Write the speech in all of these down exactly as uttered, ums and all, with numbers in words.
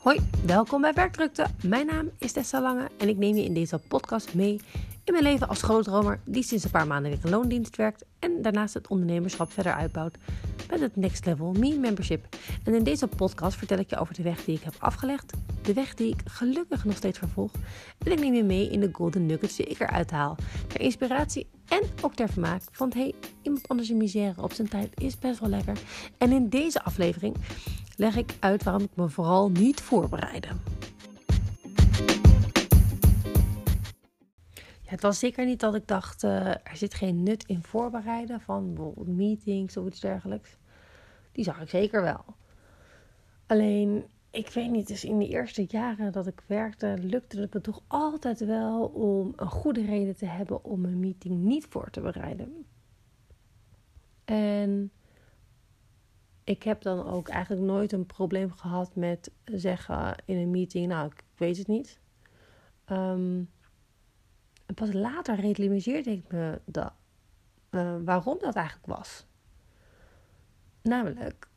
Hoi, welkom bij Werkdrukte. Mijn naam is Tessa Lange en ik neem je in deze podcast mee in mijn leven als grootdromer die sinds een paar maanden weer in loondienst werkt en daarnaast het ondernemerschap verder uitbouwt met het Next Level Me Membership. En in deze podcast vertel ik je over de weg die ik heb afgelegd, de weg die ik gelukkig nog steeds vervolg en ik neem je mee in de golden nuggets die ik eruit haal. Ter inspiratie en ook ter vermaak, want hey, iemand anders in misère op zijn tijd is best wel lekker. En in deze aflevering leg ik uit waarom ik me vooral niet voorbereidde. Ja, het was zeker niet dat ik dacht, uh, er zit geen nut in voorbereiden van bijvoorbeeld meetings of iets dergelijks. Die zag ik zeker wel. Alleen, ik weet niet, dus in de eerste jaren dat ik werkte, lukte het me toch altijd wel om een goede reden te hebben om een meeting niet voor te bereiden. En ik heb dan ook eigenlijk nooit een probleem gehad met zeggen in een meeting, nou, ik weet het niet. Um, en pas later realiseerde ik me dat, uh, waarom dat eigenlijk was. Namelijk,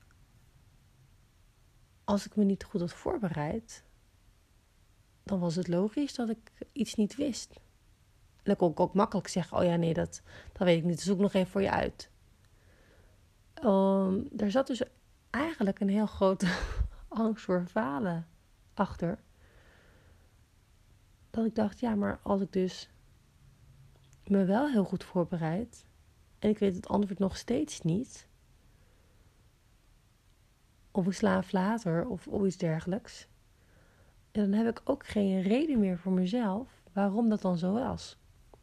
als ik me niet goed had voorbereid, dan was het logisch dat ik iets niet wist. En dan kon ik ook makkelijk zeggen, oh ja, nee, dat, dat weet ik niet, zoek nog even voor je uit. Um, er zat dus eigenlijk een heel grote angst voor falen achter. Dat ik dacht, ja, maar als ik dus me wel heel goed voorbereid en ik weet het antwoord nog steeds niet, of ik slaap later of, of iets dergelijks, en dan heb ik ook geen reden meer voor mezelf waarom dat dan zo was.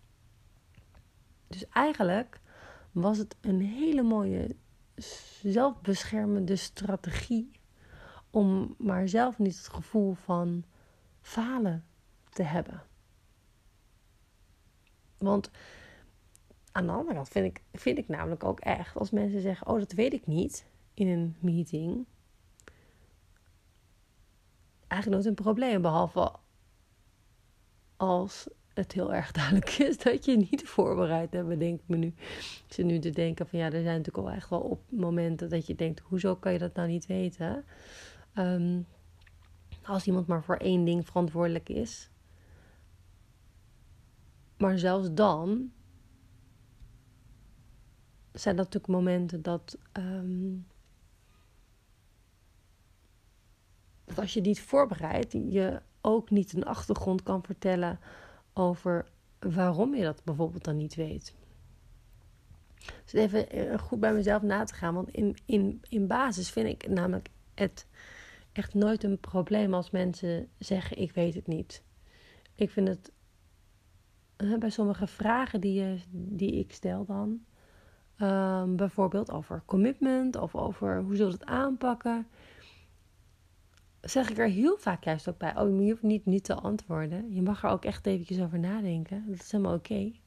Dus eigenlijk was het een hele mooie zelfbeschermende strategie om maar zelf niet het gevoel van falen te hebben. Want aan de andere kant vind ik, vind ik namelijk ook echt, als mensen zeggen, oh, dat weet ik niet in een meeting, eigenlijk nooit een probleem, behalve als het heel erg duidelijk is dat je niet voorbereid hebt, bedenk ik me nu. Ik zit nu te denken van ja, er zijn natuurlijk al echt wel op momenten dat je denkt, hoezo kan je dat nou niet weten? Um, als iemand maar voor één ding verantwoordelijk is. Maar zelfs dan zijn dat natuurlijk momenten dat, um, dat als je niet voorbereidt, je ook niet een achtergrond kan vertellen over waarom je dat bijvoorbeeld dan niet weet. Dus even goed bij mezelf na te gaan, want in, in, in basis vind ik namelijk het echt nooit een probleem als mensen zeggen, ik weet het niet. Ik vind het bij sommige vragen die, je, die ik stel dan, um, bijvoorbeeld over commitment of over hoe zullen we het aanpakken, zeg ik er heel vaak juist ook bij, oh, je hoeft niet nu te antwoorden. Je mag er ook echt eventjes over nadenken. Dat is helemaal oké. Okay.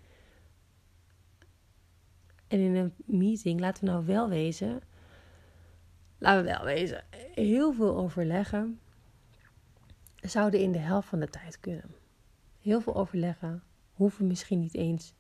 En in een meeting, laten we nou wel wezen, laten we wel wezen, heel veel overleggen zouden in de helft van de tijd kunnen. Heel veel overleggen hoeven misschien niet eens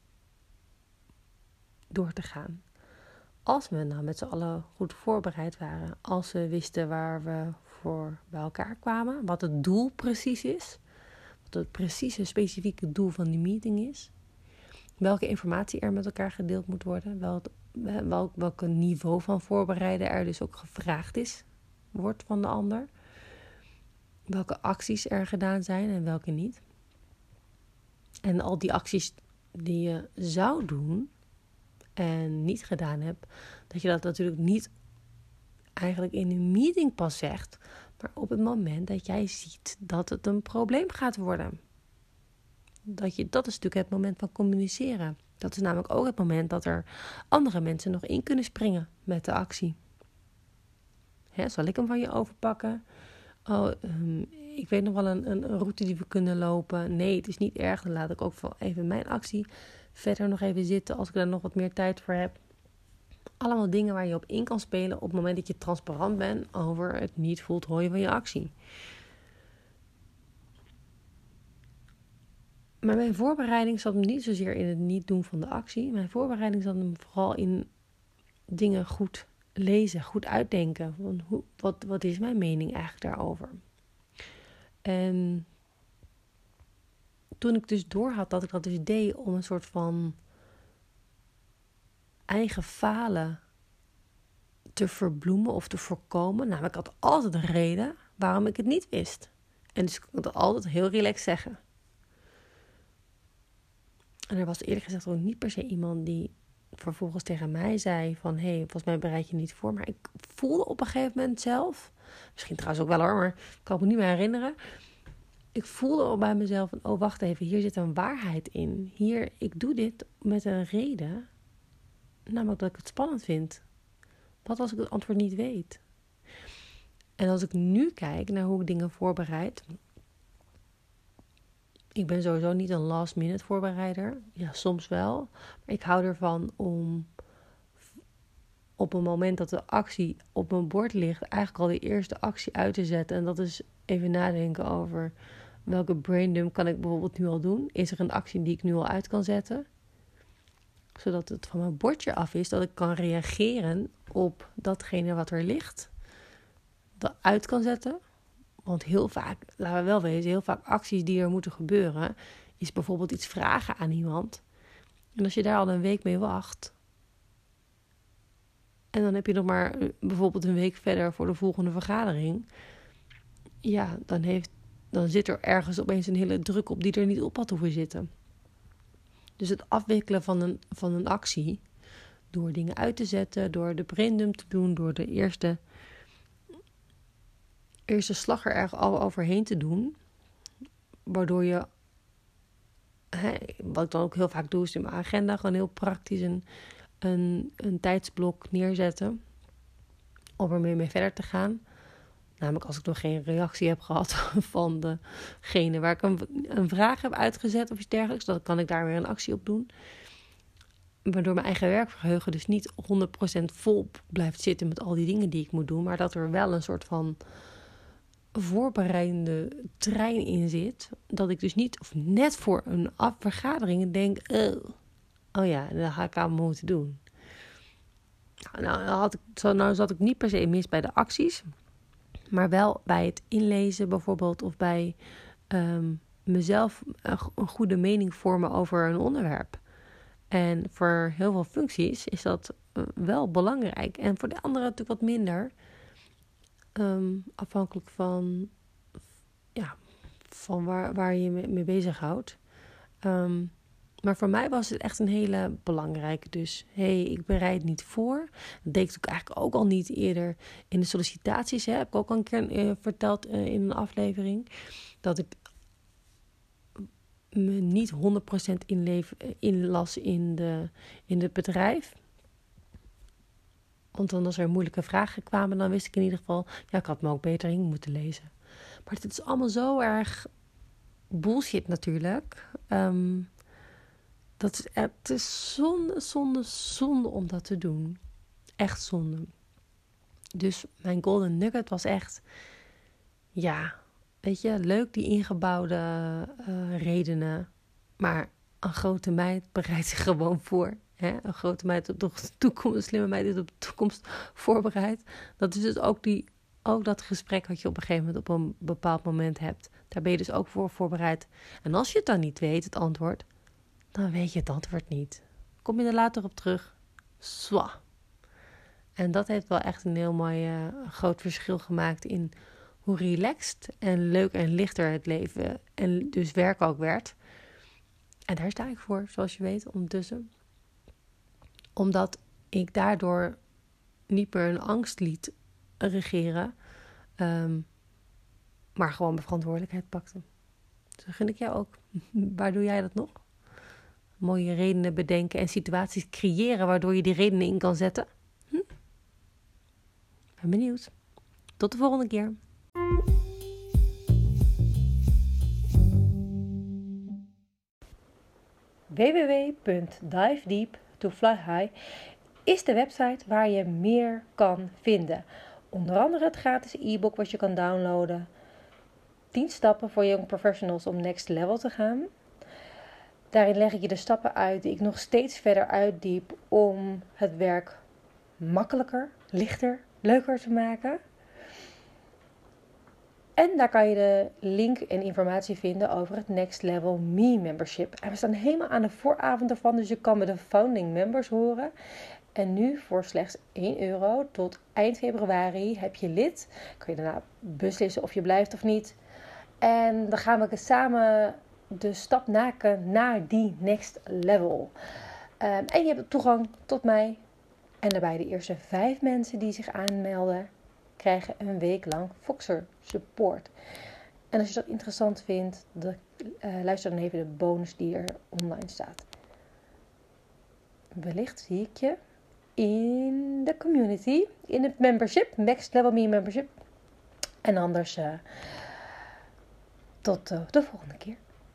door te gaan. Als we nou met z'n allen goed voorbereid waren, als we wisten waar we voor bij elkaar kwamen, wat het doel precies is, wat het precieze specifieke doel van die meeting is, welke informatie er met elkaar gedeeld moet worden, welk, welk, welk niveau van voorbereiden er dus ook gevraagd is, wordt van de ander, welke acties er gedaan zijn en welke niet. En al die acties die je zou doen en niet gedaan hebt, dat je dat natuurlijk niet eigenlijk in een meeting pas zegt, maar op het moment dat jij ziet dat het een probleem gaat worden. Dat, je, dat is natuurlijk het moment van communiceren. Dat is namelijk ook het moment dat er andere mensen nog in kunnen springen met de actie. Hè, zal ik hem van je overpakken? Oh, um, ik weet nog wel een, een route die we kunnen lopen. Nee, het is niet erg. Dan laat ik ook wel even mijn actie verder nog even zitten als ik daar nog wat meer tijd voor heb. Allemaal dingen waar je op in kan spelen op het moment dat je transparant bent over het niet voltooien van je actie. Maar mijn voorbereiding zat hem niet zozeer in het niet doen van de actie. Mijn voorbereiding zat hem vooral in dingen goed lezen, goed uitdenken. Van hoe, wat, wat is mijn mening eigenlijk daarover? En toen ik dus doorhad dat ik dat dus deed om een soort van eigen falen te verbloemen of te voorkomen. Nou, ik had altijd een reden waarom ik het niet wist. En dus ik kon het altijd heel relaxed zeggen. En er was eerlijk gezegd ook niet per se iemand die vervolgens tegen mij zei van, hé, hey, volgens mij bereid je niet voor. Maar ik voelde op een gegeven moment zelf, misschien trouwens ook wel hoor, maar ik kan me niet meer herinneren. Ik voelde al bij mezelf van, oh wacht even, hier zit een waarheid in. Hier, ik doe dit met een reden, namelijk dat ik het spannend vind. Wat als ik het antwoord niet weet? En als ik nu kijk naar hoe ik dingen voorbereid. Ik ben sowieso niet een last minute voorbereider. Ja, soms wel. Maar ik hou ervan om op een moment dat de actie op mijn bord ligt, eigenlijk al de eerste actie uit te zetten. En dat is even nadenken over welke braindump kan ik bijvoorbeeld nu al doen. Is er een actie die ik nu al uit kan zetten? Zodat het van mijn bordje af is, dat ik kan reageren op datgene wat er ligt. Dat uit kan zetten. Want heel vaak, laten we wel wezen, heel vaak acties die er moeten gebeuren, is bijvoorbeeld iets vragen aan iemand. En als je daar al een week mee wacht, en dan heb je nog maar bijvoorbeeld een week verder voor de volgende vergadering, ja, dan, heeft, dan zit er ergens opeens een hele druk op die er niet op had hoeven zitten. Dus het afwikkelen van een, van een actie, door dingen uit te zetten, door de braindump te doen, door de eerste, eerste slag er erg al overheen te doen, waardoor je, hè, wat ik dan ook heel vaak doe, is in mijn agenda gewoon heel praktisch een, een, een tijdsblok neerzetten om ermee mee verder te gaan. Namelijk als ik nog geen reactie heb gehad van degene waar ik een, een vraag heb uitgezet of iets dergelijks, dan kan ik daar weer een actie op doen. Waardoor mijn eigen werkgeheugen dus niet honderd procent vol blijft zitten met al die dingen die ik moet doen, maar dat er wel een soort van voorbereidende trein in zit, dat ik dus niet, of net voor een vergadering denk, oh, oh ja, dat ga ik allemaal moeten doen. Nou, nou, had ik, zo, nou zat ik niet per se mis bij de acties, maar wel bij het inlezen bijvoorbeeld, of bij um, mezelf een, een goede mening vormen over een onderwerp. En voor heel veel functies is dat uh, wel belangrijk. En voor de anderen natuurlijk wat minder. Um, afhankelijk van, ja, van waar, waar je mee, mee bezighoudt. Um, maar voor mij was het echt een hele belangrijke. Dus, hé, hey, ik bereid niet voor. Dat deed ik eigenlijk ook al niet eerder in de sollicitaties. Hè. Heb ik ook al een keer uh, verteld uh, in een aflevering. Dat ik me niet honderd procent inleef, inlas in, de, in het bedrijf. Want dan als er moeilijke vragen kwamen, dan wist ik in ieder geval, ja, ik had me ook beter in moeten lezen. Maar het is allemaal zo erg bullshit natuurlijk. Um, dat is, het is zonde, zonde, zonde om dat te doen. Echt zonde. Dus mijn golden nugget was echt, ja, weet je, leuk die ingebouwde uh, redenen. Maar een grote meid bereidt zich gewoon voor. Hè? Een grote meid op de toekomst, een slimme meid is op de toekomst voorbereid. Dat is dus ook, die, ook dat gesprek wat je op een gegeven moment op een bepaald moment hebt. Daar ben je dus ook voor voorbereid. En als je het dan niet weet, het antwoord, dan weet je het antwoord niet. Kom je er later op terug. Zwa. En dat heeft wel echt een heel mooi uh, groot verschil gemaakt in hoe relaxed en leuk en lichter het leven en dus werk ook werd. En daar sta ik voor, zoals je weet, ondertussen. Omdat ik daardoor niet meer een angst liet regeren, um, maar gewoon mijn verantwoordelijkheid pakte. Dus dat gun ik jou ook. Waar doe jij dat nog? Mooie redenen bedenken en situaties creëren waardoor je die redenen in kan zetten. Hm? Ben benieuwd. Tot de volgende keer. w w w punt dive deep to fly high is de website waar je meer kan vinden. Onder andere het gratis e-book wat je kan downloaden. tien stappen voor young professionals om next level te gaan. Daarin leg ik je de stappen uit die ik nog steeds verder uitdiep om het werk makkelijker, lichter, leuker te maken. En daar kan je de link en informatie vinden over het Next Level Me membership. En we staan helemaal aan de vooravond ervan, dus je kan met de founding members horen. En nu voor slechts één euro tot eind februari heb je lid. Kun je daarna beslissen of je blijft of niet. En dan gaan we samen de stap maken naar die next level. Um, en je hebt toegang tot mij. En daarbij de eerste vijf mensen die zich aanmelden, krijgen een week lang Voxer support. En als je dat interessant vindt, de, uh, luister dan even de bonus die er online staat. Wellicht zie ik je in de community, in het membership, Next Level Me membership. En anders uh, tot uh, de volgende keer.